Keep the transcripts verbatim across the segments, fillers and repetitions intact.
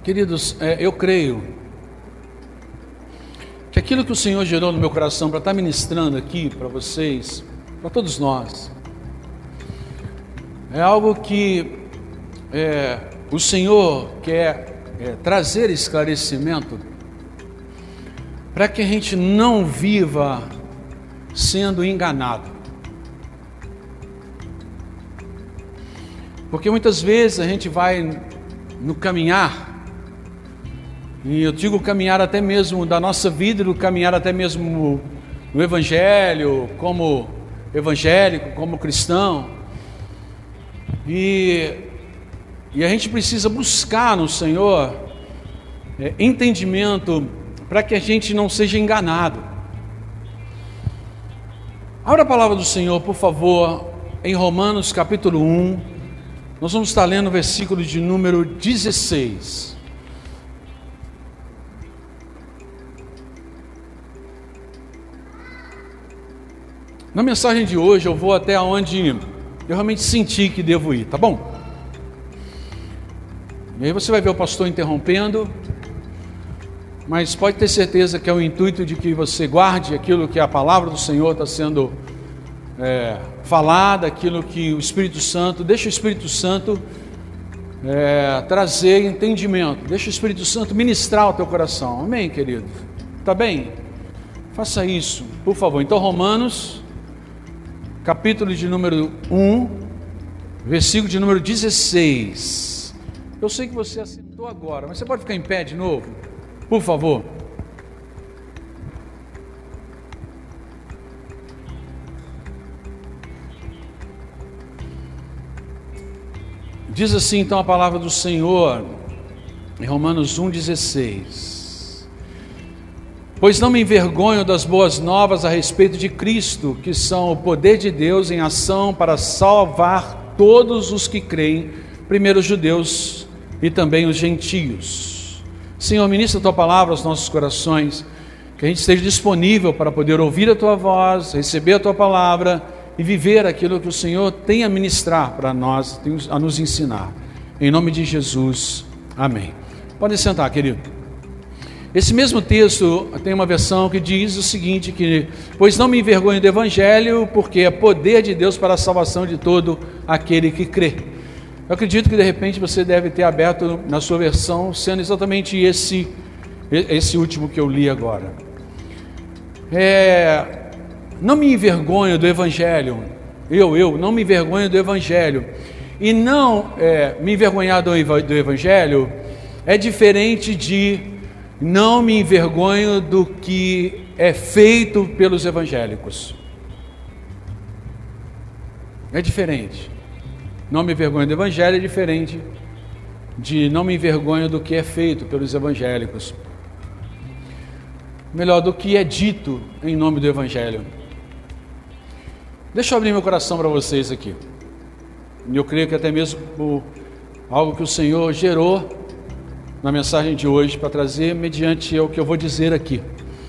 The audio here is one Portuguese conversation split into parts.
Queridos, é, eu creio que aquilo que o Senhor gerou no meu coração para estar ministrando aqui para vocês, para todos nós, é algo que é, o Senhor quer é, trazer esclarecimento para que a gente não viva sendo enganado. Porque muitas vezes a gente vai no caminhar, e eu digo caminhar até mesmo da nossa vida, no caminhar até mesmo no Evangelho, como evangélico, como cristão, e, e a gente precisa buscar no Senhor é, entendimento para que a gente não seja enganado. Abra a palavra do Senhor, por favor, em Romanos capítulo um, nós vamos estar lendo o versículo de número dezesseis. Na mensagem de hoje eu vou até onde eu realmente senti que devo ir, tá bom? E aí você vai ver o pastor interrompendo, mas pode ter certeza que é o intuito de que você guarde aquilo que a palavra do Senhor está sendo é, falada, aquilo que o Espírito Santo, deixa o Espírito Santo é, trazer entendimento, deixa o Espírito Santo ministrar o teu coração, amém, querido? Tá bem? Faça isso, por favor. Então, Romanos capítulo de número um, versículo de número dezesseis. Eu sei que você assentou agora, mas você pode ficar em pé de novo, por favor. Diz assim então a palavra do Senhor, em Romanos um, dezesseis. Pois não me envergonho das boas novas a respeito de Cristo, que são o poder de Deus em ação para salvar todos os que creem, primeiro os judeus e também os gentios. Senhor, ministra a Tua palavra aos nossos corações, que a gente esteja disponível para poder ouvir a Tua voz, receber a Tua palavra e viver aquilo que o Senhor tem a ministrar para nós, tem a nos ensinar. Em nome de Jesus, amém. Podem sentar, querido. Esse mesmo texto tem uma versão que diz o seguinte, que, pois não me envergonho do Evangelho, porque é poder de Deus para a salvação de todo aquele que crê. Eu acredito que de repente você deve ter aberto na sua versão, sendo exatamente esse, esse último que eu li agora. É, não me envergonho do Evangelho, eu, eu, não me envergonho do Evangelho. E não é, me envergonhar do, do Evangelho é diferente de não me envergonho do que é feito pelos evangélicos. É diferente. Não me envergonho do evangelho é diferente de não me envergonho do que é feito pelos evangélicos. Melhor, do que é dito em nome do evangelho. Deixa eu abrir meu coração para vocês aqui. Eu creio que até mesmo por algo que o Senhor gerou na mensagem de hoje, para trazer mediante o que eu vou dizer aqui.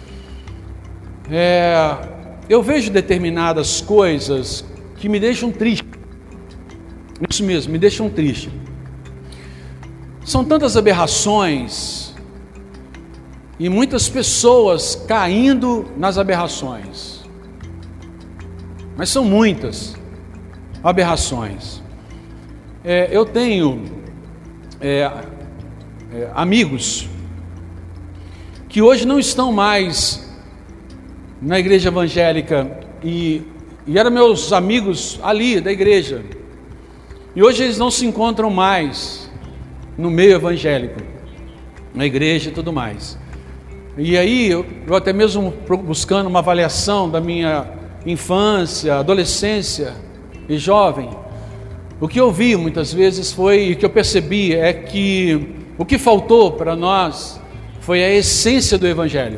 É, eu vejo determinadas coisas que me deixam triste. Isso mesmo, me deixam triste. São tantas aberrações e muitas pessoas caindo nas aberrações. Mas são muitas aberrações. É, eu tenho é, É, amigos que hoje não estão mais na igreja evangélica e, e eram meus amigos ali da igreja, e hoje eles não se encontram mais no meio evangélico, na igreja e tudo mais. E aí eu, eu até mesmo buscando uma avaliação da minha infância, adolescência e jovem, o que eu vi muitas vezes foi, e que eu percebi é que o que faltou para nós foi a essência do Evangelho,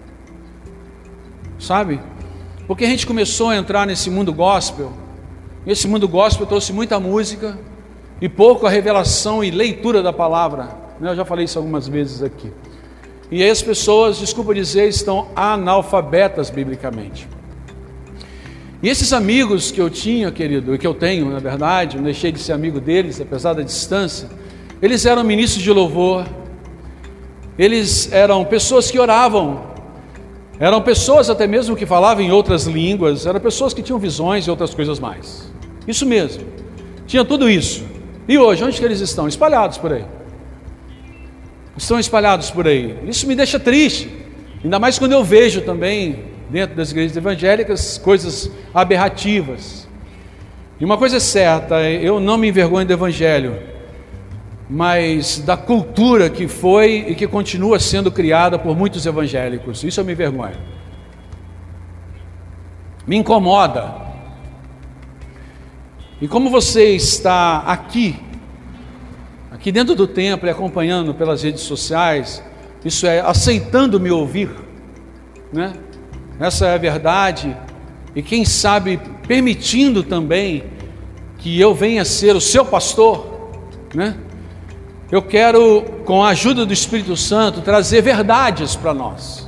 sabe? Porque a gente começou a entrar nesse mundo gospel, esse mundo gospel trouxe muita música e pouco a revelação e leitura da palavra, né? Eu já falei isso algumas vezes aqui. E aí as pessoas, desculpa dizer, estão analfabetas biblicamente. E esses amigos que eu tinha, querido, e que eu tenho, na verdade, não deixei de ser amigo deles, apesar da distância, eles eram ministros de louvor, eles eram pessoas que oravam, eram pessoas até mesmo que falavam em outras línguas, eram pessoas que tinham visões e outras coisas mais. Isso mesmo, tinha tudo isso. E hoje, onde que eles estão? Espalhados por aí. Estão espalhados por aí. Isso me deixa triste, ainda mais quando eu vejo também, dentro das igrejas evangélicas, coisas aberrativas. E uma coisa é certa, eu não me envergonho do evangelho, mas da cultura que foi e que continua sendo criada por muitos evangélicos. Isso eu me envergonho. Me incomoda. E como você está aqui, aqui dentro do templo e acompanhando pelas redes sociais, isso é, aceitando me ouvir, né? Essa é a verdade. E quem sabe permitindo também que eu venha ser o seu pastor, né? Eu quero, com a ajuda do Espírito Santo, trazer verdades para nós,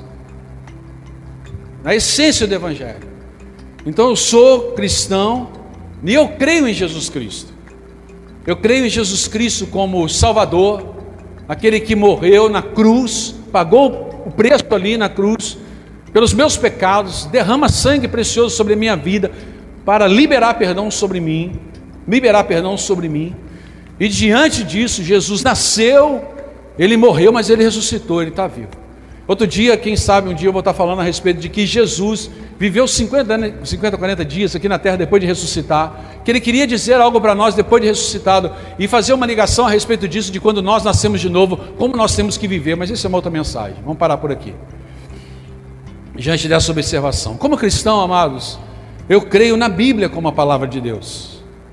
a essência do Evangelho. Então eu sou cristão e eu creio em Jesus Cristo. Eu creio em Jesus Cristo como Salvador, aquele que morreu na cruz, pagou o preço ali na cruz, pelos meus pecados, derrama sangue precioso sobre a minha vida, para liberar perdão sobre mim, liberar perdão sobre mim. E diante disso, Jesus nasceu, Ele morreu, mas Ele ressuscitou, Ele está vivo. Outro dia, quem sabe um dia eu vou estar falando a respeito de que Jesus viveu cinquenta, quarenta dias aqui na terra depois de ressuscitar, que Ele queria dizer algo para nós depois de ressuscitado, e fazer uma ligação a respeito disso, de quando nós nascemos de novo, como nós temos que viver. Mas isso é uma outra mensagem, vamos parar por aqui. Diante dessa observação, como cristão, amados, eu creio na Bíblia como a palavra de Deus.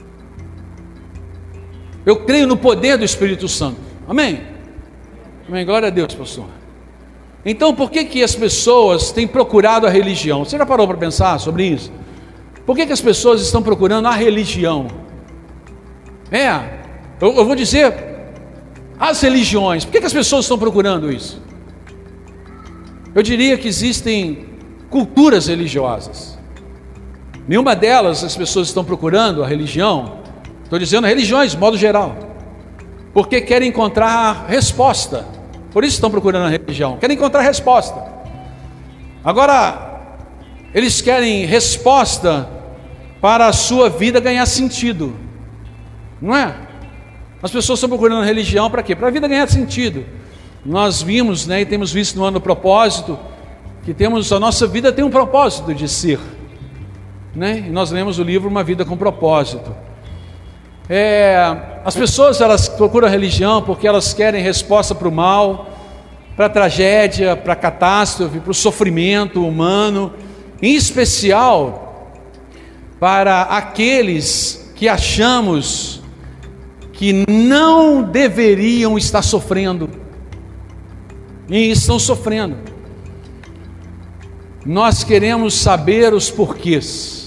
Eu creio no poder do Espírito Santo. Amém? Amém, glória a Deus, pastor. Então, por que que as pessoas têm procurado a religião? Você já parou para pensar sobre isso? Por que que as pessoas estão procurando a religião? É, eu, eu vou dizer, as religiões. Por que que as pessoas estão procurando isso? Eu diria que existem culturas religiosas. Nenhuma delas as pessoas estão procurando a religião. Estou dizendo religiões, de modo geral, porque querem encontrar resposta. Por isso estão procurando a religião, querem encontrar resposta. Agora, eles querem resposta para a sua vida ganhar sentido, não é? As pessoas estão procurando a religião para quê? Para a vida ganhar sentido. Nós vimos, né, e temos visto no ano propósito, que temos, a nossa vida tem um propósito de ser, né? E nós lemos o livro Uma Vida com Propósito. É, as pessoas, elas procuram a religião porque elas querem resposta para o mal, para a tragédia, para a catástrofe, para o sofrimento humano, em especial para aqueles que achamos que não deveriam estar sofrendo e estão sofrendo. Nós queremos saber os porquês.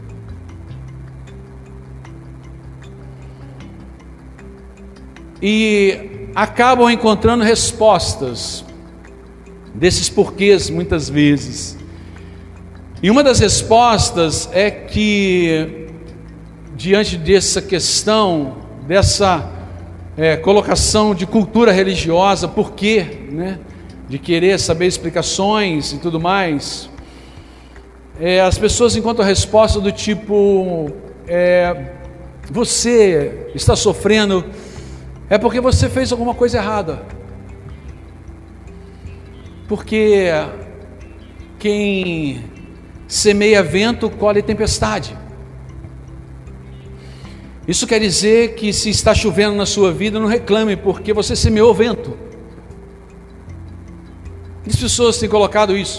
E acabam encontrando respostas desses porquês muitas vezes. E uma das respostas é que, diante dessa questão, dessa é, colocação de cultura religiosa, porquê, né, de querer saber explicações e tudo mais, é, as pessoas encontram a resposta do tipo, é, você está sofrendo é porque você fez alguma coisa errada, porque quem semeia vento colhe tempestade. Isso quer dizer que se está chovendo na sua vida, não reclame, porque você semeou vento. As pessoas têm colocado isso.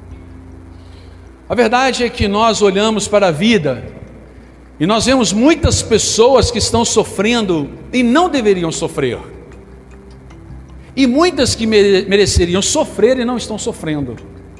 A verdade é que nós olhamos para a vida e nós vemos muitas pessoas que estão sofrendo e não deveriam sofrer, e muitas que mereceriam sofrer e não estão sofrendo.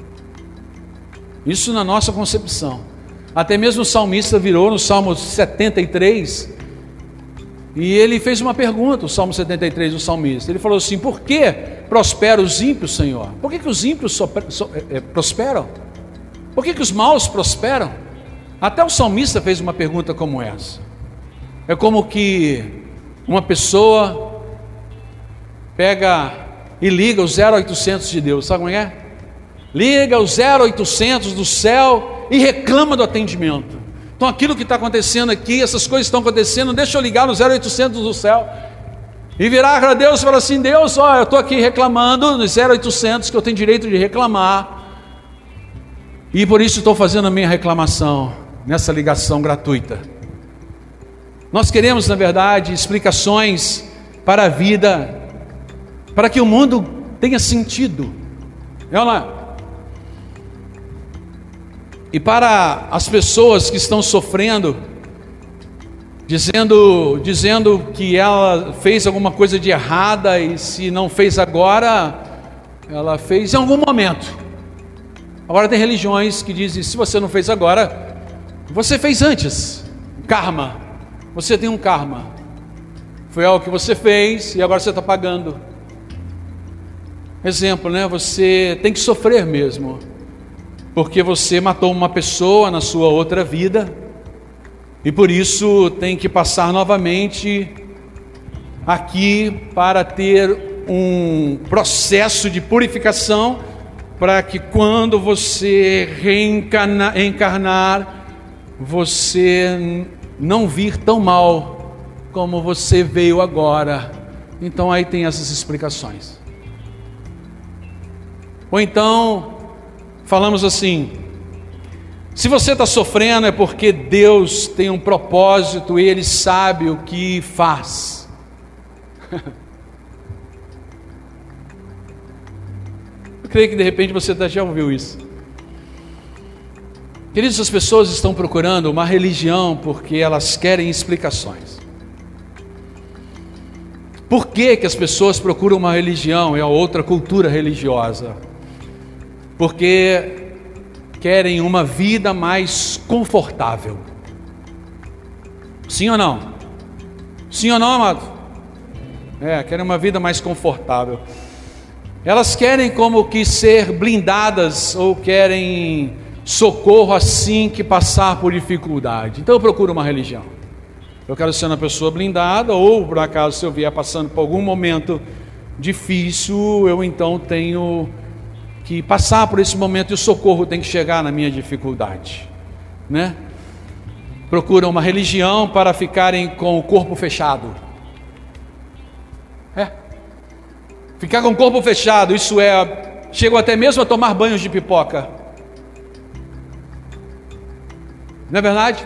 Isso na nossa concepção. Até mesmo o salmista virou no Salmo setenta e três e ele fez uma pergunta, o Salmo setenta e três, o salmista. Ele falou assim: por que prosperam os ímpios, Senhor? Por que, que os ímpios so, so, é, prosperam? Por que, que os maus prosperam? Até o salmista fez uma pergunta como essa. É como que uma pessoa pega e liga o zero oitocentos de Deus. Sabe como é? Liga o zero oitocentos do céu e reclama do atendimento. Então aquilo que está acontecendo aqui, essas coisas estão acontecendo, deixa eu ligar no zero oitocentos do céu e virar para Deus e falar assim: Deus, ó, eu estou aqui reclamando no zero oitocentos, que eu tenho direito de reclamar, e por isso estou fazendo a minha reclamação nessa ligação gratuita. Nós queremos, na verdade, explicações para a vida, para que o mundo tenha sentido. É ou não é? E para as pessoas que estão sofrendo, dizendo, dizendo que ela fez alguma coisa de errada, e se não fez agora, ela fez em algum momento. Agora tem religiões que dizem: se você não fez agora, você fez antes. Karma. Você tem um karma. Foi algo que você fez e agora você está pagando. Exemplo, né? Você tem que sofrer mesmo, porque você matou uma pessoa na sua outra vida, e por isso tem que passar novamente aqui para ter um processo de purificação, para que quando você reencarnar, reencarnar, você não vir tão mal como você veio agora. Então aí tem essas explicações. Ou então falamos assim: se você está sofrendo é porque Deus tem um propósito e Ele sabe o que faz. Eu creio que de repente você já ouviu isso. Queridos, as pessoas estão procurando uma religião porque elas querem explicações. Por que que as pessoas procuram uma religião e a outra cultura religiosa? Porque querem uma vida mais confortável. Sim ou não? Sim ou não, amado? É, querem uma vida mais confortável. Elas querem como que ser blindadas, ou querem socorro assim que passar por dificuldade. Então eu procuro uma religião. Eu quero ser uma pessoa blindada, ou por acaso se eu vier passando por algum momento difícil, eu então tenho que passar por esse momento e o socorro tem que chegar na minha dificuldade, né? Procuram uma religião para ficarem com o corpo fechado. É. Ficar com o corpo fechado, isso é, chegam até mesmo a tomar banhos de pipoca. Não é verdade?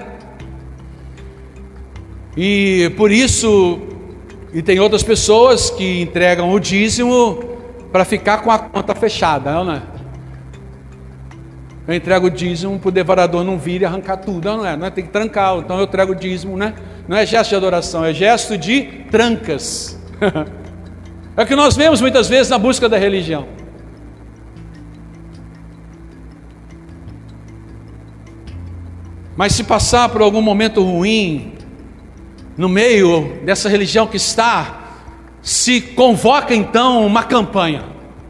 E por isso, e tem outras pessoas que entregam o dízimo para ficar com a conta fechada, não é? Eu entrego o dízimo para o devorador não vir e arrancar tudo, não é? Não é? Tem que trancar, então eu entrego o dízimo, né? Não é gesto de adoração, é gesto de trancas. É o que nós vemos muitas vezes na busca da religião. Mas se passar por algum momento ruim, no meio dessa religião que está, se convoca então uma campanha.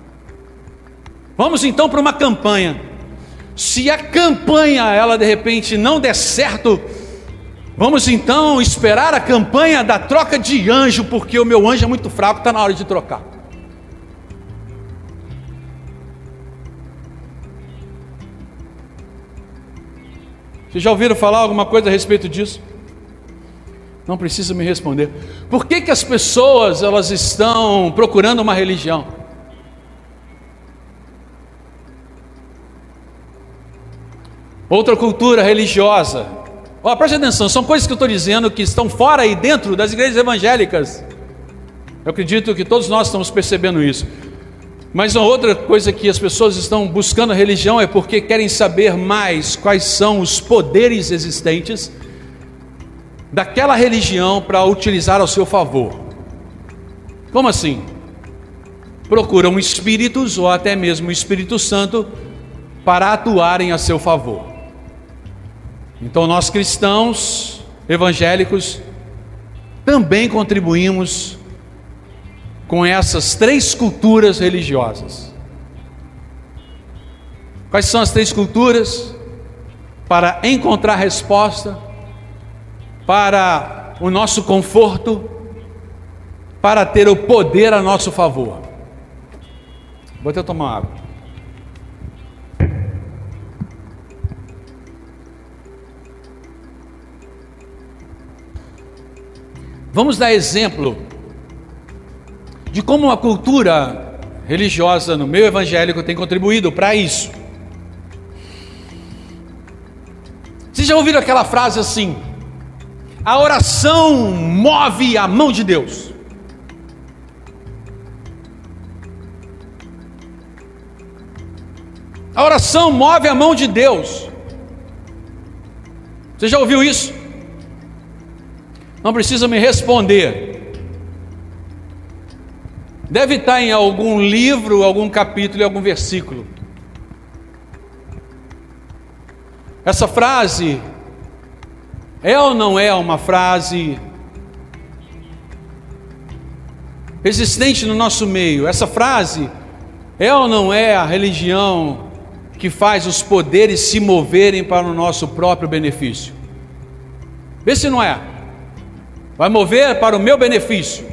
Vamos então para uma campanha. Se a campanha, ela de repente não der certo, vamos então esperar a campanha da troca de anjo, porque o meu anjo é muito fraco, está na hora de trocar. Vocês já ouviram falar alguma coisa a respeito disso? Não precisa me responder. Por que que as pessoas elas estão procurando uma religião? Outra cultura religiosa. Ó, preste atenção, são coisas que eu estou dizendo que estão fora e dentro das igrejas evangélicas. Eu acredito que todos nós estamos percebendo isso. Mas uma outra coisa que as pessoas estão buscando a religião é porque querem saber mais quais são os poderes existentes daquela religião para utilizar ao seu favor. Como assim? Procuram espíritos ou até mesmo o Espírito Santo para atuarem a seu favor. Então nós cristãos evangélicos também contribuímos com essas três culturas religiosas. Quais são as três culturas? Para encontrar resposta para o nosso conforto, para ter o poder a nosso favor. Vou até tomar água. Vamos dar exemplo de como a cultura religiosa no meio evangélico tem contribuído para isso. Vocês já ouviram aquela frase assim: a oração move a mão de Deus? A oração move a mão de Deus. Você já ouviu isso? Não precisa me responder. Deve estar em algum livro, algum capítulo e algum versículo. Essa frase é ou não é uma frase existente no nosso meio? Essa frase é ou não é a religião que faz os poderes se moverem para o nosso próprio benefício? Vê se não é. Vai mover para o meu benefício.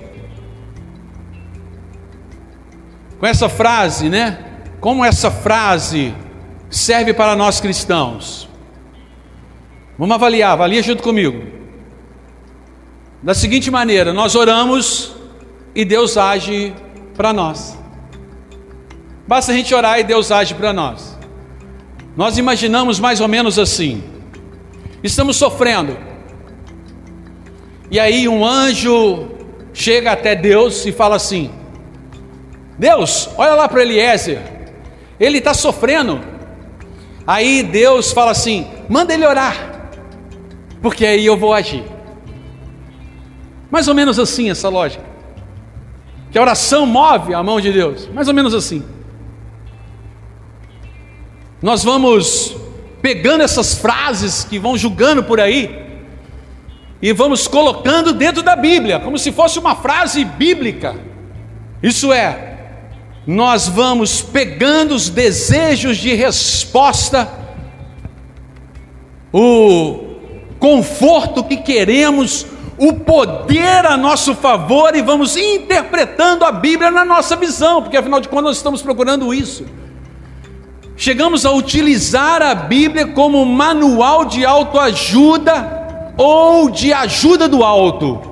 Com essa frase, né? Como essa frase serve para nós cristãos? Vamos avaliar, avalia junto comigo. Da seguinte maneira: nós oramos e Deus age para nós. Basta a gente orar e Deus age para nós. Nós imaginamos mais ou menos assim: estamos sofrendo, e aí um anjo chega até Deus e fala assim: Deus, olha lá para Eliezer, ele está sofrendo. Aí Deus fala assim: manda ele orar, porque aí eu vou agir. Mais ou menos assim essa lógica, que a oração move a mão de Deus, mais ou menos assim. Nós vamos pegando essas frases que vão julgando por aí e vamos colocando dentro da Bíblia, como se fosse uma frase bíblica. Isso é, nós vamos pegando os desejos de resposta, o conforto que queremos, o poder a nosso favor, e vamos interpretando a Bíblia na nossa visão, porque afinal de contas nós estamos procurando isso. Chegamos a utilizar a Bíblia como manual de autoajuda ou de ajuda do alto.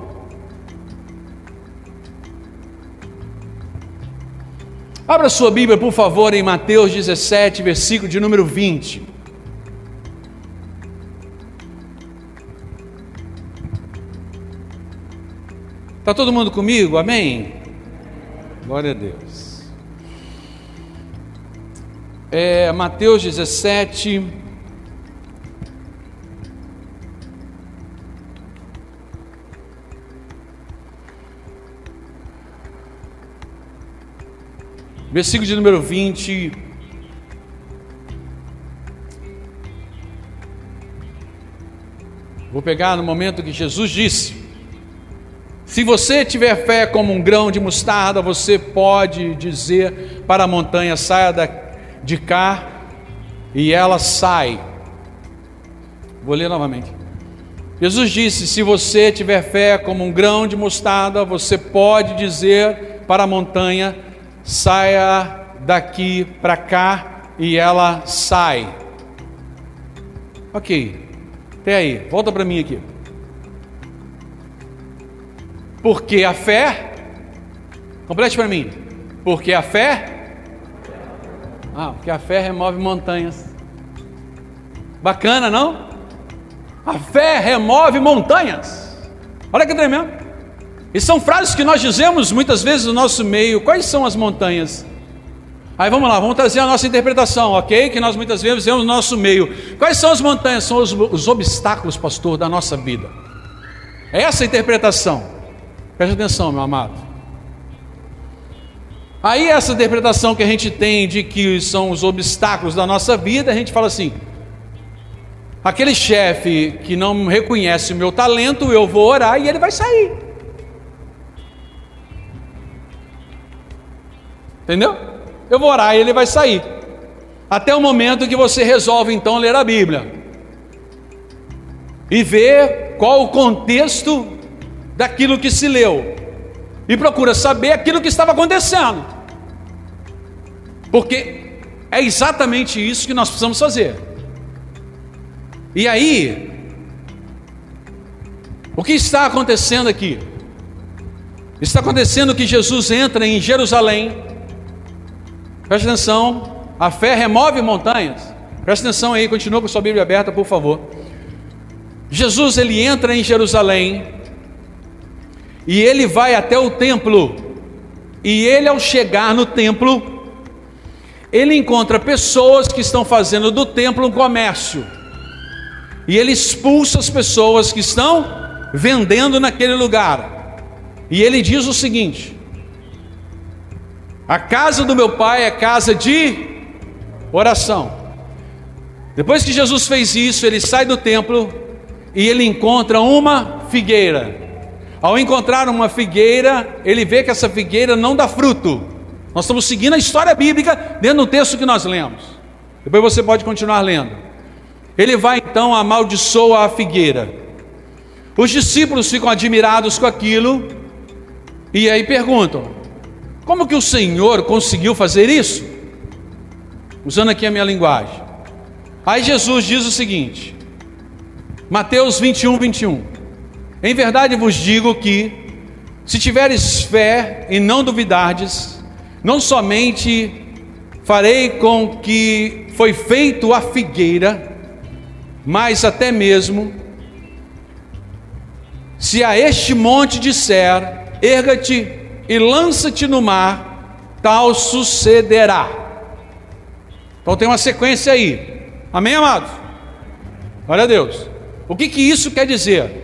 Abra sua Bíblia, por favor, em Mateus dezessete, versículo de número vinte. Está todo mundo comigo? Amém? Glória a Deus. É, Mateus dezessete, versículo de número vinte. Vou pegar no momento que Jesus disse: se você tiver fé como um grão de mostarda, você pode dizer para a montanha: saia da de cá, e ela sai. Vou ler novamente. Jesus disse: se você tiver fé como um grão de mostarda, você pode dizer para a montanha: saia daqui para cá, e ela sai. Ok, até aí, volta para mim aqui. Porque a fé, complete para mim. Porque a fé Ah, porque a fé remove montanhas. Bacana, não? A fé remove montanhas. Olha que tremendo. E são frases que nós dizemos muitas vezes no nosso meio. Quais são as montanhas? Aí vamos lá, vamos trazer a nossa interpretação, ok? Que nós muitas vezes dizemos no nosso meio. Quais são as montanhas? São os, os obstáculos, pastor, da nossa vida. É essa a interpretação. Preste atenção, meu amado. Aí essa interpretação que a gente tem de que são os obstáculos da nossa vida, a gente fala assim: aquele chefe que não reconhece o meu talento, eu vou orar e ele vai sair. Entendeu? Eu vou orar e ele vai sair. Até o momento que você resolve então ler a Bíblia e ver qual o contexto daquilo que se leu, e procura saber aquilo que estava acontecendo. Porque é exatamente isso que nós precisamos fazer. E aí, o que está acontecendo aqui? Está acontecendo que Jesus entra em Jerusalém. Preste atenção, a fé remove montanhas. Preste atenção aí, continua com sua Bíblia aberta, por favor. Jesus, ele entra em Jerusalém e ele vai até o templo. E ele, ao chegar no templo, ele encontra pessoas que estão fazendo do templo um comércio. E ele expulsa as pessoas que estão vendendo naquele lugar. E ele diz o seguinte: a casa do meu pai é casa de oração. Depois que Jesus fez isso, ele sai do templo e ele encontra uma figueira. Ao encontrar uma figueira, ele vê que essa figueira não dá fruto. Nós estamos seguindo a história bíblica dentro do texto que nós lemos. Depois você pode continuar lendo. Ele vai então, amaldiçoa a figueira. Os discípulos ficam admirados com aquilo e aí perguntam: como que o Senhor conseguiu fazer isso? Usando aqui a minha linguagem. Aí Jesus diz o seguinte, Mateus vinte e um, vinte e um: em verdade vos digo que, se tiveres fé e não duvidardes, não somente farei com que foi feito a figueira, mas até mesmo, se a este monte disser, erga-te e lança-te no mar, tal sucederá. Então tem uma sequência aí. Amém, amados? Glória a Deus. O que que isso quer dizer?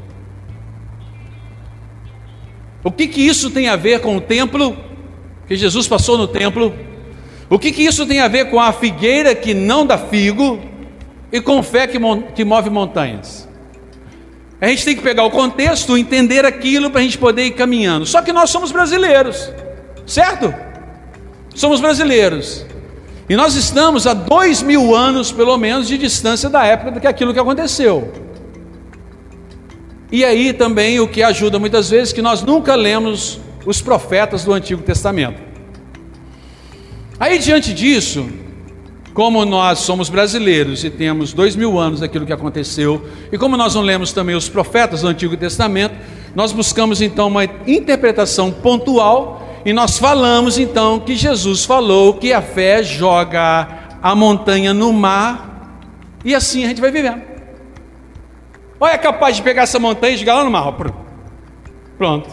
O que que isso tem a ver com o templo que Jesus passou no templo? O que que isso tem a ver com a figueira que não dá figo e com fé que, que move montanhas? A gente tem que pegar o contexto, entender aquilo para a gente poder ir caminhando. Só que nós somos brasileiros, certo? Somos brasileiros. E nós estamos a dois mil anos, pelo menos, de distância da época do que aquilo que aconteceu. E aí também o que ajuda muitas vezes, que nós nunca lemos os profetas do Antigo Testamento. Aí diante disso, como nós somos brasileiros e temos dois mil anos daquilo que aconteceu, e como nós não lemos também os profetas do Antigo Testamento, nós buscamos então uma interpretação pontual, e nós falamos então que Jesus falou que a fé joga a montanha no mar, e assim a gente vai vivendo. Olha, é capaz de pegar essa montanha e jogar lá no mar. Pronto.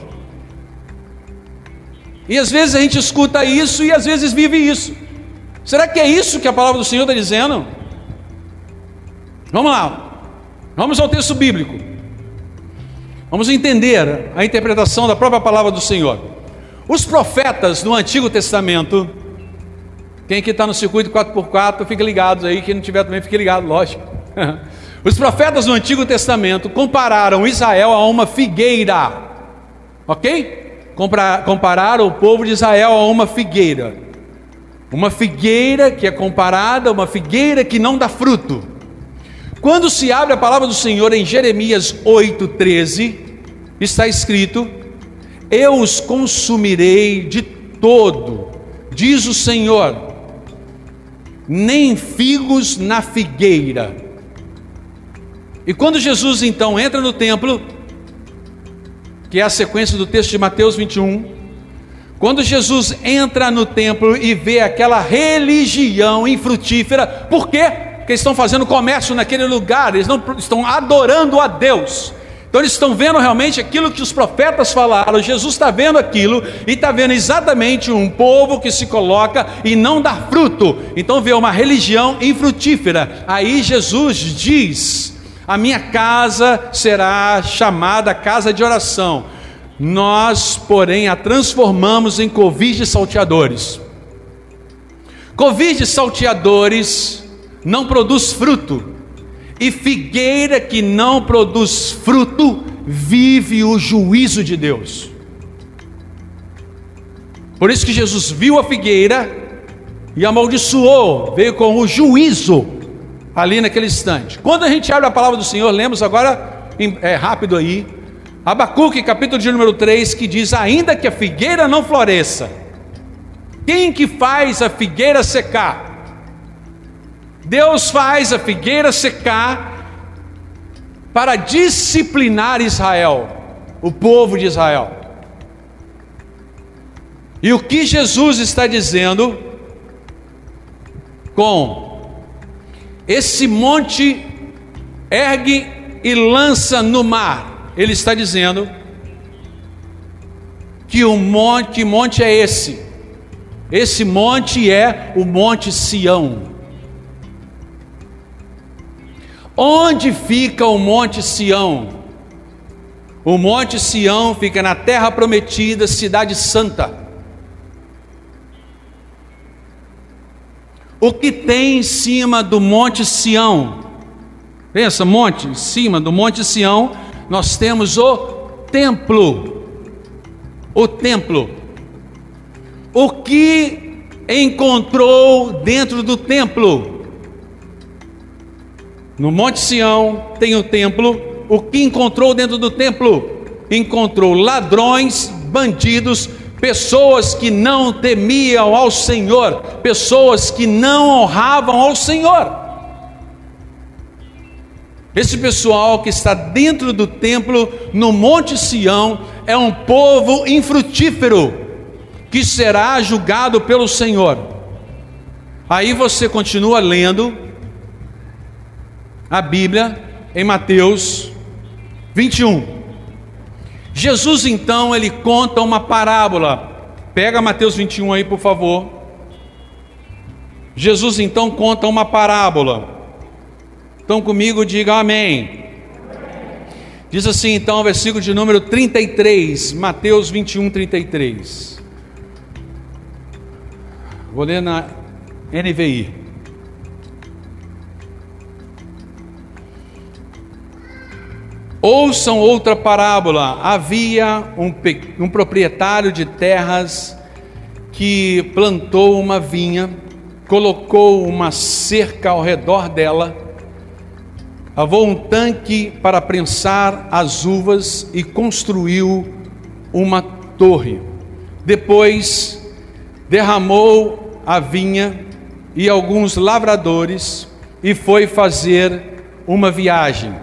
E às vezes a gente escuta isso e às vezes vive isso. Será que é isso que a palavra do Senhor está dizendo? Vamos lá. Vamos ao texto bíblico. Vamos entender a interpretação da própria palavra do Senhor. Os profetas no Antigo Testamento, quem aqui está no circuito quatro por quatro, fica ligado aí. Quem não tiver também, fique ligado, lógico. Os profetas do Antigo Testamento compararam Israel a uma figueira, ok? Compararam o povo de Israel a uma figueira. Uma figueira que é comparada a uma figueira que não dá fruto. Quando se abre a palavra do Senhor em Jeremias oito, treze, está escrito: eu os consumirei de todo, diz o Senhor, nem figos na figueira. E quando Jesus então entra no templo, que é a sequência do texto de Mateus vinte e um, quando Jesus entra no templo e vê aquela religião infrutífera, por quê? Porque eles estão fazendo comércio naquele lugar, eles não estão adorando a Deus. Então eles estão vendo realmente aquilo que os profetas falaram. Jesus está vendo aquilo e está vendo exatamente um povo que se coloca e não dá fruto. Então vê uma religião infrutífera. Aí Jesus diz: a minha casa será chamada casa de oração. Nós, porém, a transformamos em covis de salteadores. Covis de salteadores não produz fruto, e figueira que não produz fruto vive o juízo de Deus. Por isso que Jesus viu a figueira e amaldiçoou, veio com o juízo ali naquele instante. Quando a gente abre a palavra do Senhor, lemos agora, é rápido aí, Abacuque, capítulo de número três, que diz: ainda que a figueira não floresça, Quem que faz a figueira secar? Deus faz a figueira secar para disciplinar Israel, o povo de Israel. E o que Jesus está dizendo com esse monte ergue e lança no mar? Ele está dizendo que o monte, que monte é esse? Esse monte é o Monte Sião. Onde fica o Monte Sião? O Monte Sião fica na terra prometida, cidade santa. O que tem em cima do Monte Sião? Pensa, monte, em cima do Monte Sião, nós temos o templo. O templo. O que encontrou dentro do templo? No Monte Sião tem o templo. O que encontrou dentro do templo? Encontrou ladrões, bandidos, pessoas que não temiam ao Senhor, pessoas que não honravam ao Senhor. Esse pessoal que está dentro do templo, no Monte Sião, é um povo infrutífero, que será julgado pelo Senhor. Aí você continua lendo a Bíblia em Mateus vinte e um. Jesus então, ele conta uma parábola. Pega Mateus vinte e um aí, por favor. Jesus então conta uma parábola. Estão comigo? Diga amém. Diz assim então o versículo de número trinta e três, Mateus vinte e um, trinta e três. Vou ler na N V I. Ouçam outra parábola. Havia um, um proprietário de terras que plantou uma vinha, colocou uma cerca ao redor dela, cavou um tanque para prensar as uvas e construiu uma torre. Depois derramou a vinha e alguns lavradores e foi fazer uma viagem.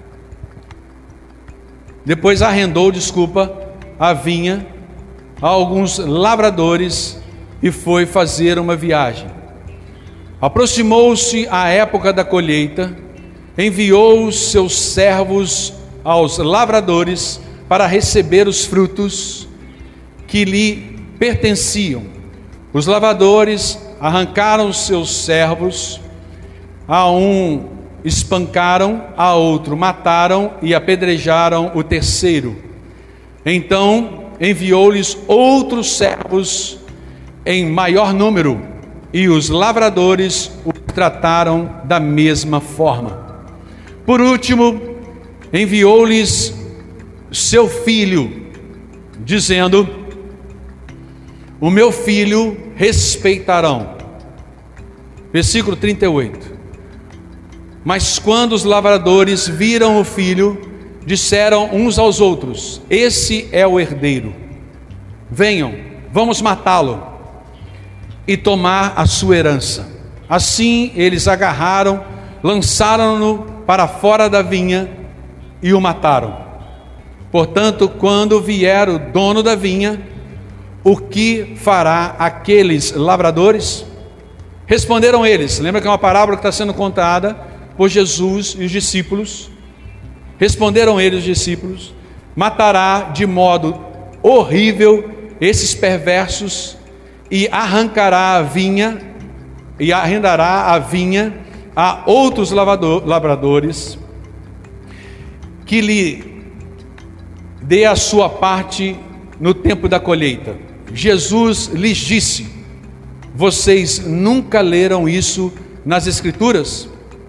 Depois arrendou, desculpa, a vinha a alguns lavradores e foi fazer uma viagem. Aproximou-se a época da colheita, enviou os seus servos aos lavradores para receber os frutos que lhe pertenciam. Os lavradores arrancaram os seus servos, a um espancaram, a outro mataram e apedrejaram o terceiro. Então enviou-lhes outros servos em maior número, e os lavradores o trataram da mesma forma. Por último, enviou-lhes seu filho, dizendo: o meu filho respeitarão. Versículo trinta e oito. Mas quando os lavradores viram o filho, disseram uns aos outros: esse é o herdeiro, venham, vamos matá-lo e tomar a sua herança. Assim eles agarraram, lançaram-no para fora da vinha e o mataram. Portanto, quando vier o dono da vinha, o que fará aqueles lavradores? Responderam eles. Lembra que é uma parábola que está sendo contada por Jesus e os discípulos. Responderam eles, os discípulos: matará de modo horrível esses perversos e arrancará a vinha e arrendará a vinha a outros lavradores, que lhe dê a sua parte no tempo da colheita. Jesus lhes disse: vocês nunca leram isso nas Escrituras?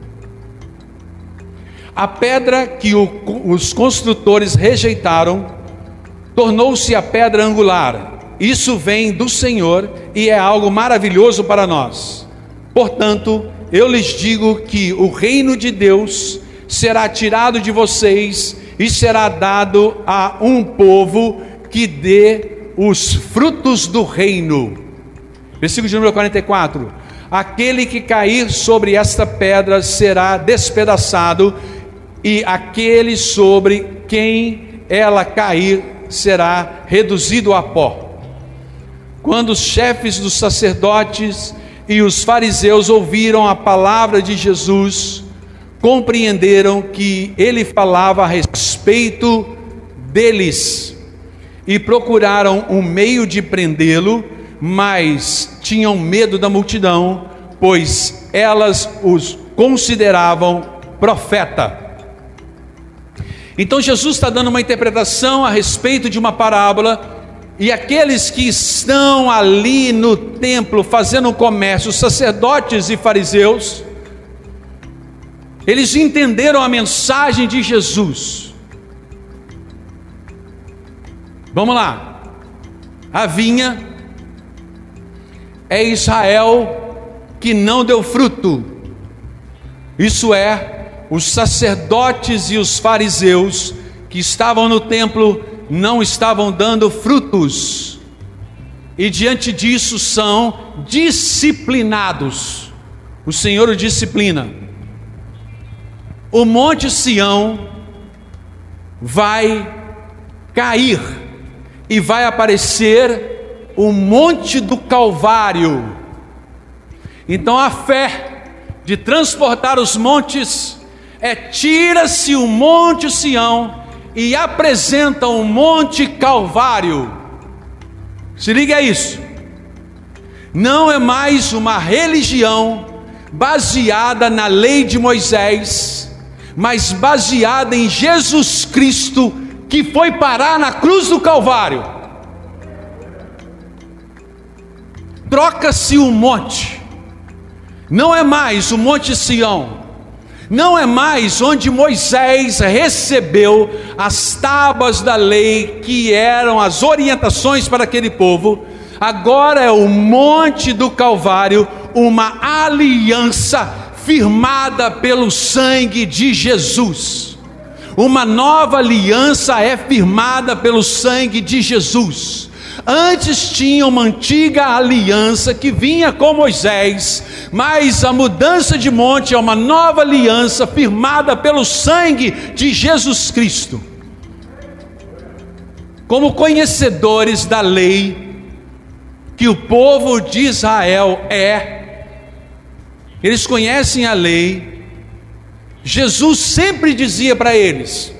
A pedra que o, os construtores rejeitaram tornou-se a pedra angular. Isso vem do Senhor e é algo maravilhoso para nós. Portanto, eu lhes digo que o reino de Deus será tirado de vocês e será dado a um povo que dê os frutos do reino. Versículo de número quarenta e quatro: aquele que cair sobre esta pedra será despedaçado, e aquele sobre quem ela cair será reduzido a pó. Quando os chefes dos sacerdotes e os fariseus ouviram a palavra de Jesus, compreenderam que ele falava a respeito deles e procuraram um meio de prendê-lo, mas tinham medo da multidão, pois elas os consideravam profeta. Então Jesus está dando uma interpretação a respeito de uma parábola, e aqueles que estão ali no templo fazendo comércio, sacerdotes e fariseus, eles entenderam a mensagem de Jesus. Vamos lá. A vinha é Israel que não deu fruto, isso é, os sacerdotes e os fariseus que estavam no templo não estavam dando frutos, e diante disso são disciplinados. O Senhor o disciplina. O monte Sião vai cair e vai aparecer o monte do Calvário. Então a fé de transportar os montes é: tira-se o monte Sião e apresenta o monte Calvário. Se liga a isso. Não é mais uma religião baseada na lei de Moisés, mas baseada em Jesus Cristo, que foi parar na cruz do Calvário. Troca-se o monte. Não é mais o monte Sião, não é mais onde Moisés recebeu as tábuas da lei, que eram as orientações para aquele povo. Agora é o monte do Calvário, uma aliança firmada pelo sangue de Jesus. Uma nova aliança é firmada pelo sangue de Jesus. Antes tinha uma antiga aliança que vinha com Moisés, mas a mudança de monte é uma nova aliança firmada pelo sangue de Jesus Cristo. Como conhecedores da lei que o povo de Israel é, eles conhecem a lei. Jesus sempre dizia para eles: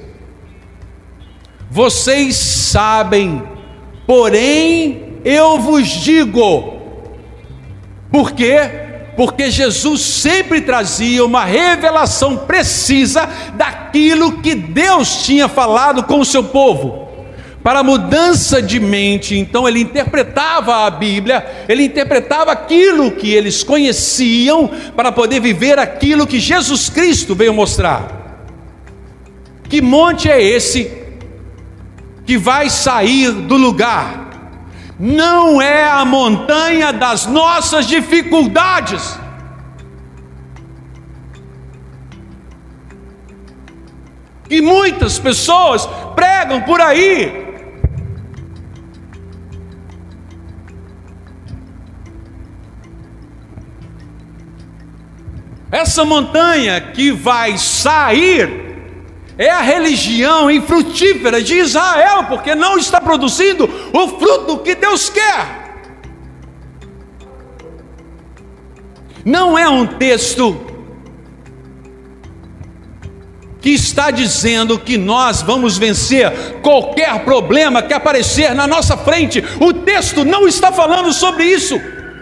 vocês sabem, porém eu vos digo. Por quê? Porque Jesus sempre trazia uma revelação precisa daquilo que Deus tinha falado com o seu povo, para mudança de mente. Então ele interpretava a Bíblia, ele interpretava aquilo que eles conheciam, para poder viver aquilo que Jesus Cristo veio mostrar. Que monte é esse que vai sair do lugar? Não é a montanha das nossas dificuldades. Que muitas pessoas pregam por aí. Essa montanha que vai sair é a religião infrutífera de Israel, porque não está produzindo o fruto que Deus quer. Não é um texto que está dizendo que nós vamos vencer qualquer problema que aparecer na nossa frente. O texto não está falando sobre isso.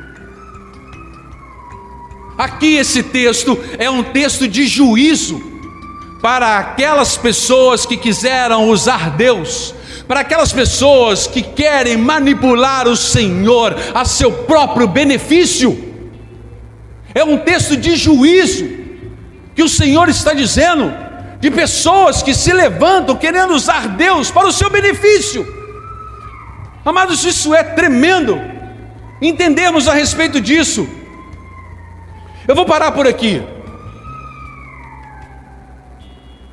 Aqui esse texto é um texto de juízo para aquelas pessoas que quiseram usar Deus, para aquelas pessoas que querem manipular o Senhor a seu próprio benefício. É um texto de juízo que o Senhor está dizendo, de pessoas que se levantam querendo usar Deus para o seu benefício. Amados, isso é tremendo entendemos a respeito disso. Eu vou parar por aqui.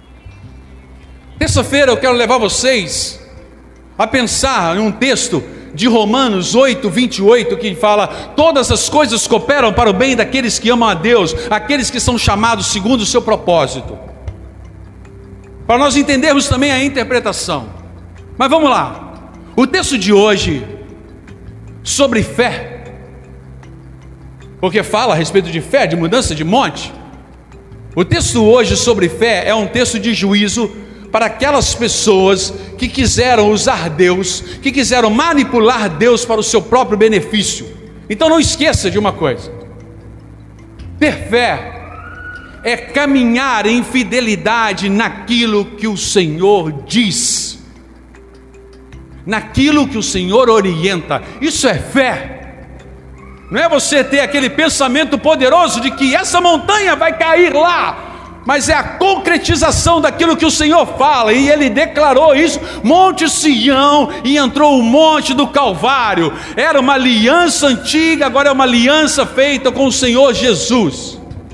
Terça-feira eu quero levar vocês a pensar em um texto de Romanos oito, vinte e oito, que fala: todas as coisas cooperam para o bem daqueles que amam a Deus, aqueles que são chamados segundo o seu propósito. Para nós entendermos também a interpretação. Mas vamos lá, o texto de hoje sobre fé, porque fala a respeito de fé, de mudança de monte. O texto hoje sobre fé é um texto de juízo para aquelas pessoas que quiseram usar Deus, que quiseram manipular Deus para o seu próprio benefício. Então não esqueça de uma coisa: ter fé é caminhar em fidelidade naquilo que o Senhor diz, naquilo que o Senhor orienta. Isso é fé. Não é você ter aquele pensamento poderoso de que essa montanha vai cair lá, mas é a concretização daquilo que o Senhor fala. E Ele declarou isso: Monte Sião, e entrou o monte do Calvário. Era uma aliança antiga, agora é uma aliança feita com o Senhor Jesus.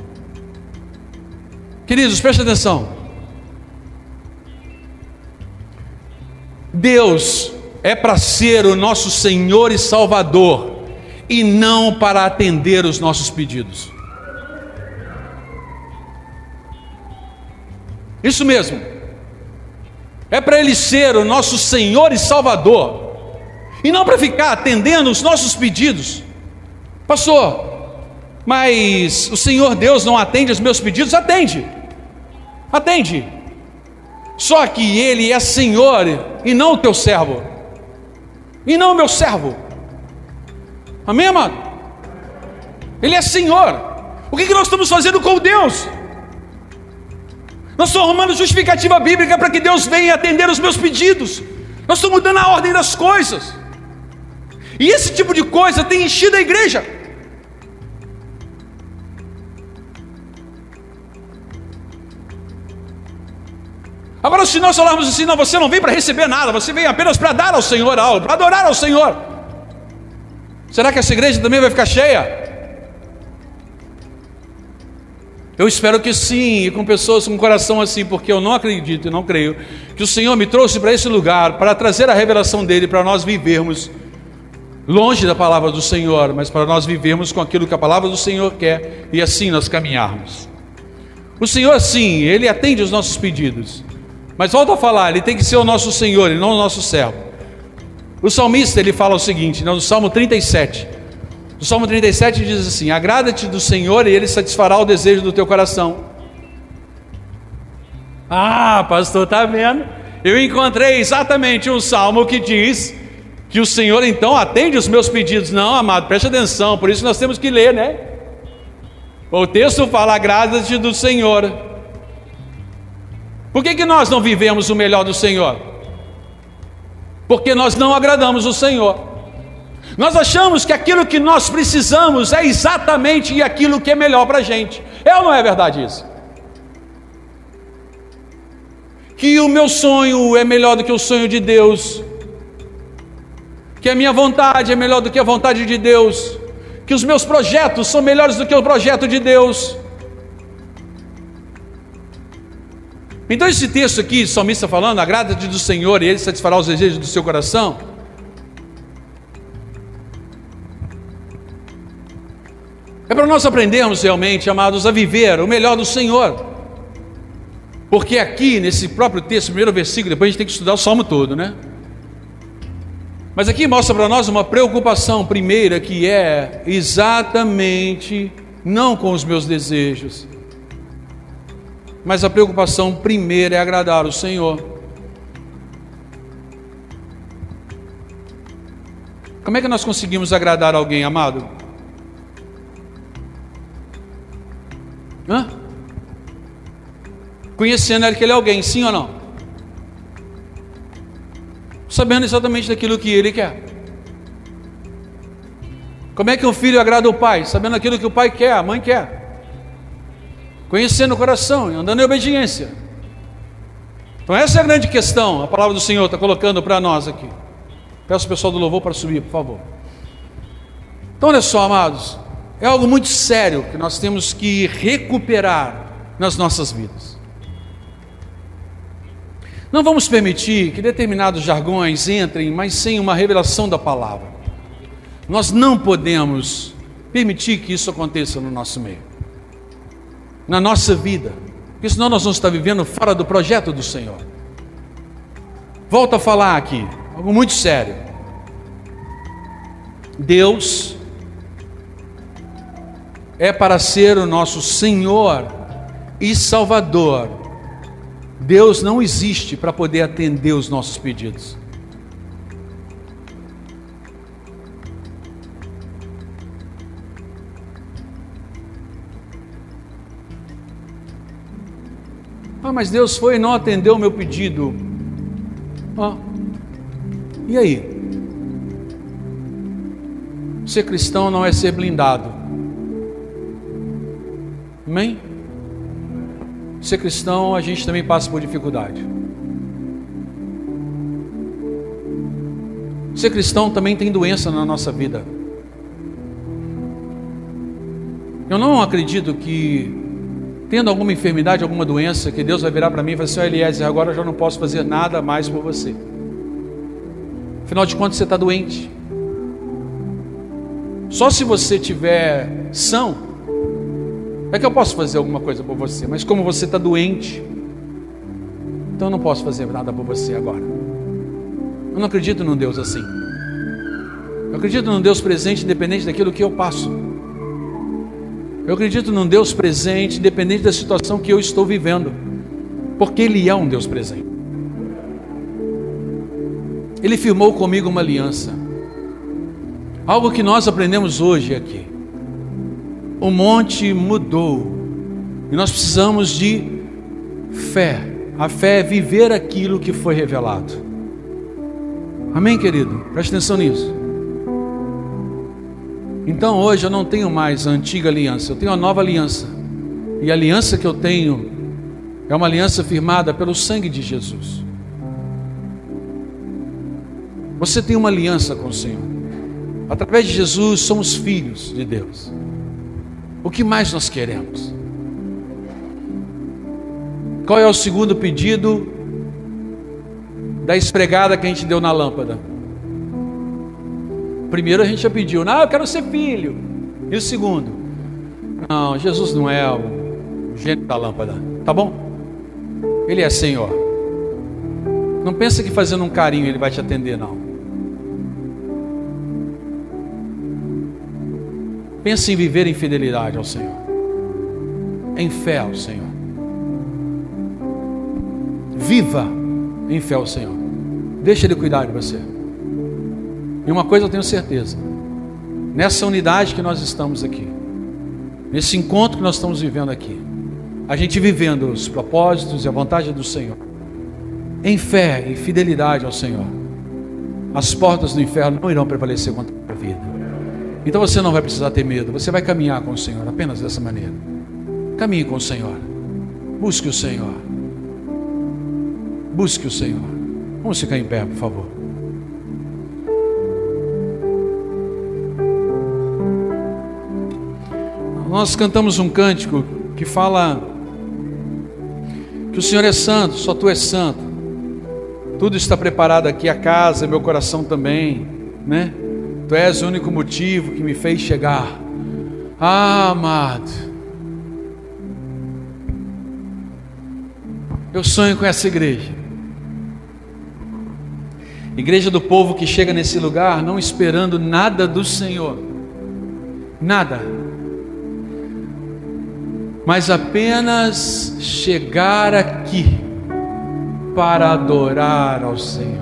Queridos, prestem atenção. Deus é para ser o nosso Senhor e Salvador, e não para atender os nossos pedidos. Isso mesmo, é para Ele ser o nosso Senhor e Salvador, e não para ficar atendendo os nossos pedidos. Pastor, mas o Senhor Deus não atende os meus pedidos? Atende, atende, só que Ele é Senhor e não o teu servo, e não o meu servo. Amém, amado? Ele é Senhor. O que, que nós estamos fazendo com Deus? Nós estamos arrumando justificativa bíblica para que Deus venha atender os meus pedidos. Nós estamos mudando a ordem das coisas, e esse tipo de coisa tem enchido a igreja. Agora, se nós falarmos assim: não, você não vem para receber nada, você vem apenas para dar ao Senhor algo, para adorar ao Senhor, será que essa igreja também vai ficar cheia? Eu espero que sim, e com pessoas com coração assim, porque eu não acredito e não creio que o Senhor me trouxe para esse lugar para trazer a revelação dEle, para nós vivermos longe da palavra do Senhor, mas para nós vivermos com aquilo que a palavra do Senhor quer, e assim nós caminharmos. O Senhor, sim, Ele atende os nossos pedidos, mas volto a falar, Ele tem que ser o nosso Senhor e não o nosso servo. O salmista, ele fala o seguinte, no Salmo trinta e sete, o Salmo trinta e sete diz assim: agrada-te do Senhor e Ele satisfará o desejo do teu coração. Ah, pastor, está vendo? Eu encontrei exatamente um salmo que diz que o Senhor então atende os meus pedidos. Não, amado, preste atenção, por isso nós temos que ler, né? O texto fala: agrada-te do Senhor. Por que que nós não vivemos o melhor do Senhor? Porque nós não agradamos o Senhor. Nós achamos que aquilo que nós precisamos é exatamente aquilo que é melhor para a gente. É ou não é verdade isso? Que o meu sonho é melhor do que o sonho de Deus, que a minha vontade é melhor do que a vontade de Deus, que os meus projetos são melhores do que o projeto de Deus. Então esse texto aqui, o salmista falando: agrada-te do Senhor e Ele satisfará os desejos do seu coração, é para nós aprendermos realmente, amados, a viver o melhor do Senhor. Porque aqui nesse próprio texto, primeiro versículo, depois a gente tem que estudar o salmo todo, né? Mas aqui mostra para nós uma preocupação primeira, que é exatamente não com os meus desejos, mas a preocupação primeira é agradar o Senhor. Como é que nós conseguimos agradar alguém, amado? Hã? Conhecendo aquele alguém, sim ou não? Sabendo exatamente daquilo que ele quer. Como é que um filho agrada o pai? Sabendo aquilo que o pai quer, a mãe quer, conhecendo o coração e andando em obediência. Então essa é a grande questão, a palavra do Senhor está colocando para nós aqui. Peço o pessoal do louvor para subir, por favor. Então olha só, amados, é algo muito sério que nós temos que recuperar nas nossas vidas. Não vamos permitir que determinados jargões entrem, mas sem uma revelação da palavra. Nós não podemos permitir que isso aconteça no nosso meio, na nossa vida, porque senão nós vamos estar vivendo fora do projeto do Senhor. Volto a falar aqui, algo muito sério. Deus é para ser o nosso Senhor e Salvador. Deus não existe para poder atender os nossos pedidos. Ah, mas Deus foi e não atendeu o meu pedido. Ah, e aí? Ser cristão não é ser blindado. Amém? Ser cristão, a gente também passa por dificuldade. Ser cristão também tem doença na nossa vida. Eu não acredito que, tendo alguma enfermidade, alguma doença, que Deus vai virar para mim e falar assim: ó, Eliezer, agora eu já não posso fazer nada mais por você. Afinal de contas, você está doente. Só se você estiver são, é que eu posso fazer alguma coisa por você. Mas como você está doente, então eu não posso fazer nada por você agora. Eu não acredito num Deus assim. Eu acredito num Deus presente, independente daquilo que eu passo. Eu acredito num Deus presente, independente da situação que eu estou vivendo, porque Ele é um Deus presente. Ele firmou comigo uma aliança. Algo que nós aprendemos hoje aqui. O monte mudou e nós precisamos de fé. A fé é viver aquilo que foi revelado. Amém, querido? Preste atenção nisso. Então hoje eu não tenho mais a antiga aliança, eu tenho a nova aliança. E a aliança que eu tenho é uma aliança firmada pelo sangue de Jesus. Você tem uma aliança com o Senhor. Através de Jesus somos filhos de Deus. O que mais nós queremos? Qual é o segundo pedido da esfregada que a gente deu na lâmpada? Primeiro a gente já pediu: não, eu quero ser filho. E o segundo? Não, Jesus não é o gênio da lâmpada, tá bom? Ele é Senhor. Não pensa que fazendo um carinho Ele vai te atender, não. Pensa em viver em fidelidade ao Senhor, em fé ao Senhor. Viva em fé ao Senhor. Deixa Ele cuidar de você. E uma coisa eu tenho certeza: nessa unidade que nós estamos aqui, nesse encontro que nós estamos vivendo aqui, a gente vivendo os propósitos e a vontade do Senhor, em fé e fidelidade ao Senhor, as portas do inferno não irão prevalecer contra a vida. Então você não vai precisar ter medo, você vai caminhar com o Senhor apenas dessa maneira. Caminhe com o Senhor, busque o Senhor, busque o Senhor. Vamos ficar em pé, por favor. Nós cantamos um cântico que fala que o Senhor é santo, só Tu és santo. Tudo está preparado aqui, a casa, meu coração também, né? Tu és o único motivo que me fez chegar. Ah, amado, eu sonho com essa igreja. Igreja do povo que chega nesse lugar não esperando nada do Senhor, nada, mas apenas chegar aqui para adorar ao Senhor.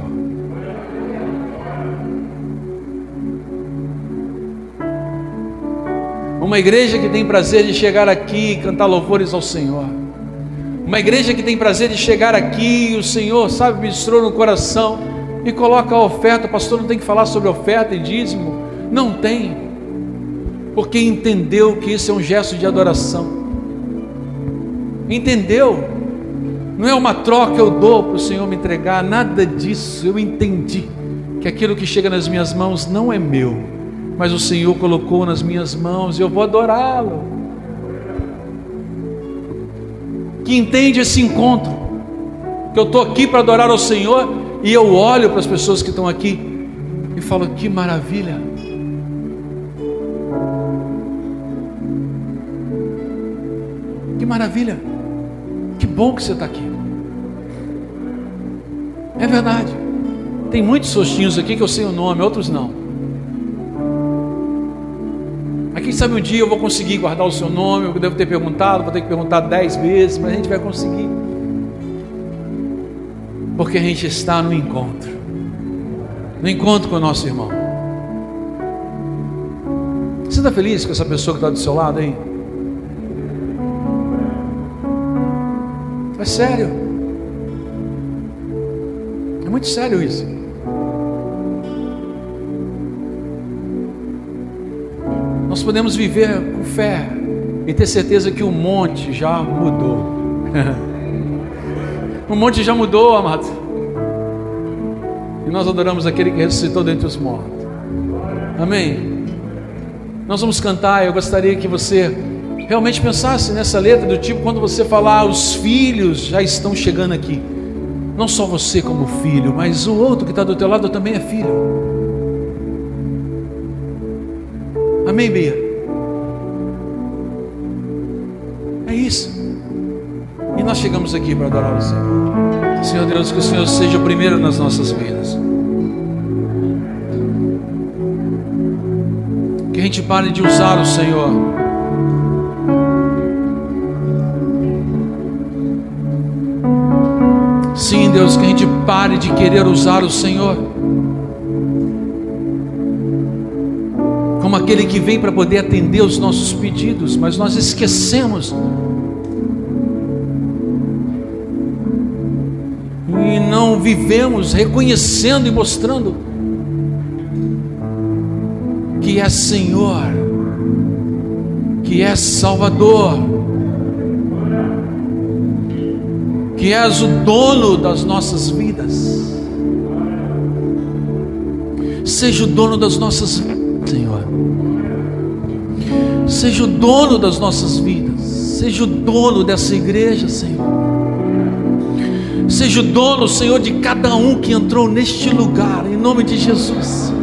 Uma igreja que tem prazer de chegar aqui e cantar louvores ao Senhor. Uma igreja que tem prazer de chegar aqui e o Senhor, sabe, ministrou no coração e coloca a oferta. O pastor não tem que falar sobre oferta e dízimo. Não tem, porque entendeu que isso é um gesto de adoração. Entendeu? Não é uma troca eu dou para o Senhor me entregar, nada disso. Eu entendi que aquilo que chega nas minhas mãos não é meu, mas o Senhor colocou nas minhas mãos e eu vou adorá-lo. Que entende esse encontro, que eu estou aqui para adorar ao Senhor e eu olho para as pessoas que estão aqui e falo: que maravilha, que maravilha, que bom que você está aqui. É verdade, tem muitos rostinhos aqui que eu sei o nome, outros não. Mas quem sabe um dia eu vou conseguir guardar o seu nome. Eu devo ter perguntado, vou ter que perguntar dez vezes, mas a gente vai conseguir, porque a gente está no encontro, no encontro com o nosso irmão. Você está feliz com essa pessoa que está do seu lado aí? É sério, é muito sério isso. Nós podemos viver com fé e ter certeza que o monte já mudou. O monte já mudou, amado. E nós adoramos aquele que ressuscitou dentre os mortos. Amém? Nós vamos cantar. Eu gostaria que você realmente pensasse nessa letra, do tipo, quando você falar: os filhos já estão chegando aqui. Não só você como filho, mas o outro que está do teu lado também é filho. Amém, Bia? É isso. E nós chegamos aqui para adorar o Senhor. Senhor Deus, que o Senhor seja o primeiro nas nossas vidas. Que a gente pare de usar o Senhor sim, Deus, que a gente pare de querer usar o Senhor como aquele que vem para poder atender os nossos pedidos, mas nós esquecemos e não vivemos reconhecendo e mostrando que é Senhor, que é Salvador, que és o dono das nossas vidas. Seja o dono das nossas vidas, Senhor. Seja o dono das nossas vidas. Seja o dono dessa igreja, Senhor. Seja o dono, Senhor, de cada um que entrou neste lugar, em nome de Jesus.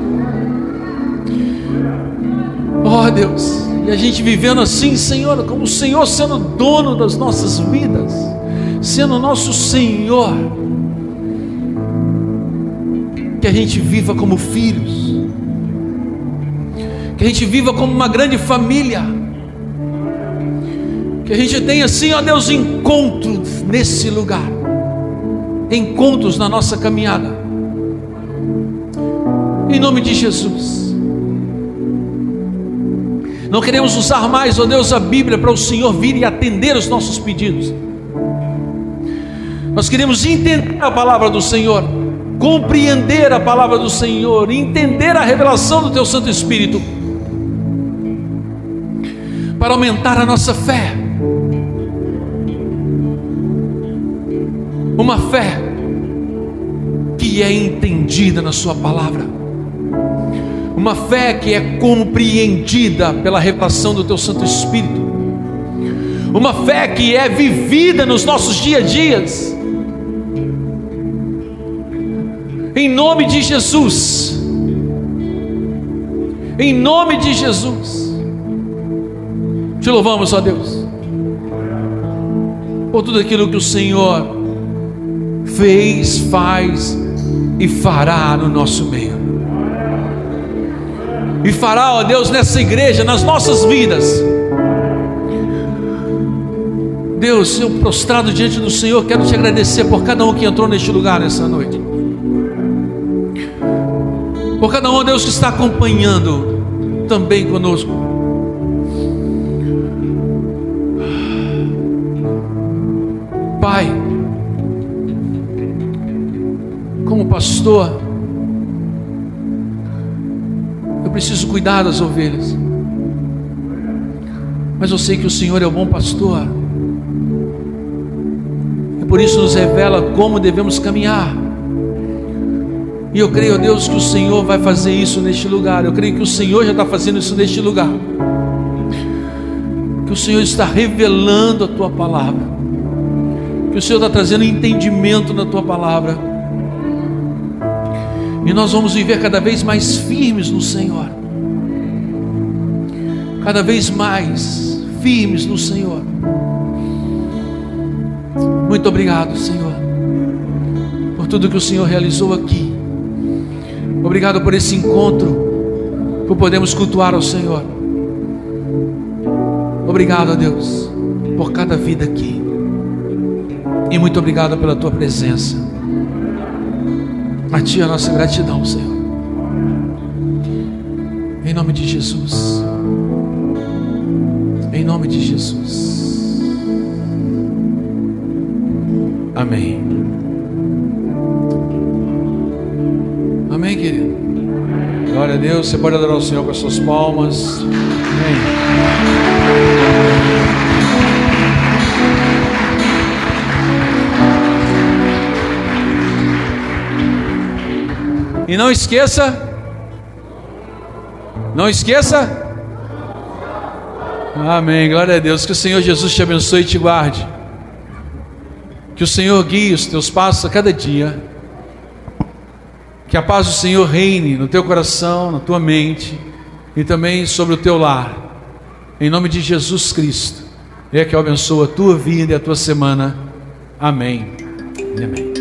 Oh, Deus, e a gente vivendo assim, Senhor, como o Senhor sendo dono das nossas vidas, sendo nosso Senhor, que a gente viva como filhos, que a gente viva como uma grande família, que a gente tenha assim, ó Deus, encontros nesse lugar, encontros na nossa caminhada, em nome de Jesus. Não queremos usar mais, ó Deus, a Bíblia para o Senhor vir e atender os nossos pedidos. Nós queremos entender a palavra do Senhor, compreender a palavra do Senhor, entender a revelação do Teu Santo Espírito, para aumentar a nossa fé, uma fé que é entendida na Sua palavra, uma fé que é compreendida pela revelação do Teu Santo Espírito, uma fé que é vivida nos nossos dia a dias, em nome de Jesus, em nome de Jesus. Te louvamos, ó Deus, por tudo aquilo que o Senhor fez, faz e fará no nosso meio, e fará, ó Deus, nessa igreja, nas nossas vidas. Deus, eu prostrado diante do Senhor, quero te agradecer por cada um que entrou neste lugar nessa noite, por cada um, Deus, que está acompanhando também conosco. Pai, como pastor, eu preciso cuidar das ovelhas, mas eu sei que o Senhor é o bom pastor, e por isso nos revela como devemos caminhar. E eu creio, Deus, que o Senhor vai fazer isso neste lugar. Eu creio que o Senhor já está fazendo isso neste lugar, que o Senhor está revelando a Tua palavra, que E o Senhor está trazendo entendimento na tua palavra. E nós vamos viver cada vez mais firmes no Senhor. Cada vez mais firmes no Senhor. Muito obrigado, Senhor, por tudo que o Senhor realizou aqui. Obrigado por esse encontro, por podermos cultuar ao Senhor. Obrigado, a Deus, por cada vida aqui. E muito obrigado pela tua presença. A ti a nossa gratidão, Senhor. Em nome de Jesus. Em nome de Jesus. Amém. Amém, querido. Glória a Deus. Você pode adorar o Senhor com as suas palmas. Amém. E não esqueça, não esqueça. Amém, glória a Deus. Que o Senhor Jesus te abençoe e te guarde. Que o Senhor guie os teus passos a cada dia. Que a paz do Senhor reine no teu coração, na tua mente e também sobre o teu lar. Em nome de Jesus Cristo. Ele é que abençoa a tua vida e a tua semana. Amém e amém.